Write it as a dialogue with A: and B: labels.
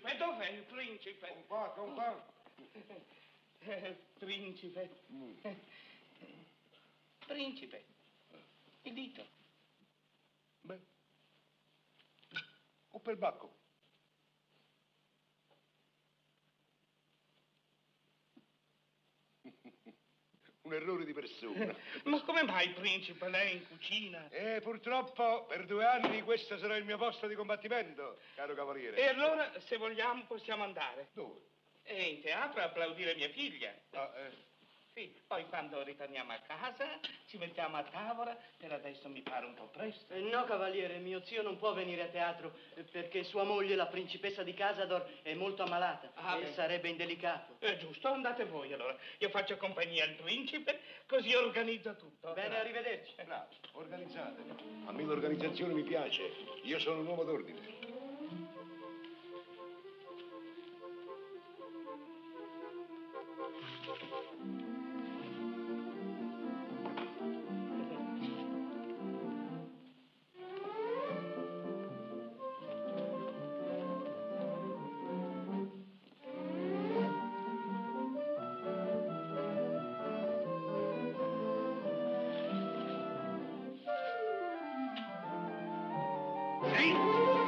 A: principe, dov'è il principe?
B: Con qua.
A: Principe. Principe. Il dito.
B: Beh. O per bacco. Un errore di persona.
A: Ma come mai, principe, lei in cucina?
B: Purtroppo per 2 anni questo sarà il mio posto di combattimento, caro cavaliere.
A: E allora, se vogliamo, possiamo andare.
B: Dove?
A: In teatro a applaudire mia figlia. Sì, poi quando ritorniamo a casa ci mettiamo a tavola. Per adesso mi pare un po' presto.
C: No, cavaliere, mio zio non può venire a teatro perché sua moglie, la principessa di Casador, è molto ammalata e sarebbe indelicato.
A: È giusto, andate voi allora. Io faccio compagnia al principe, così organizzo tutto.
C: Bene, arrivederci.
B: Bravo, organizzate. A me l'organizzazione mi piace. Io sono un uomo d'ordine.
A: Sì?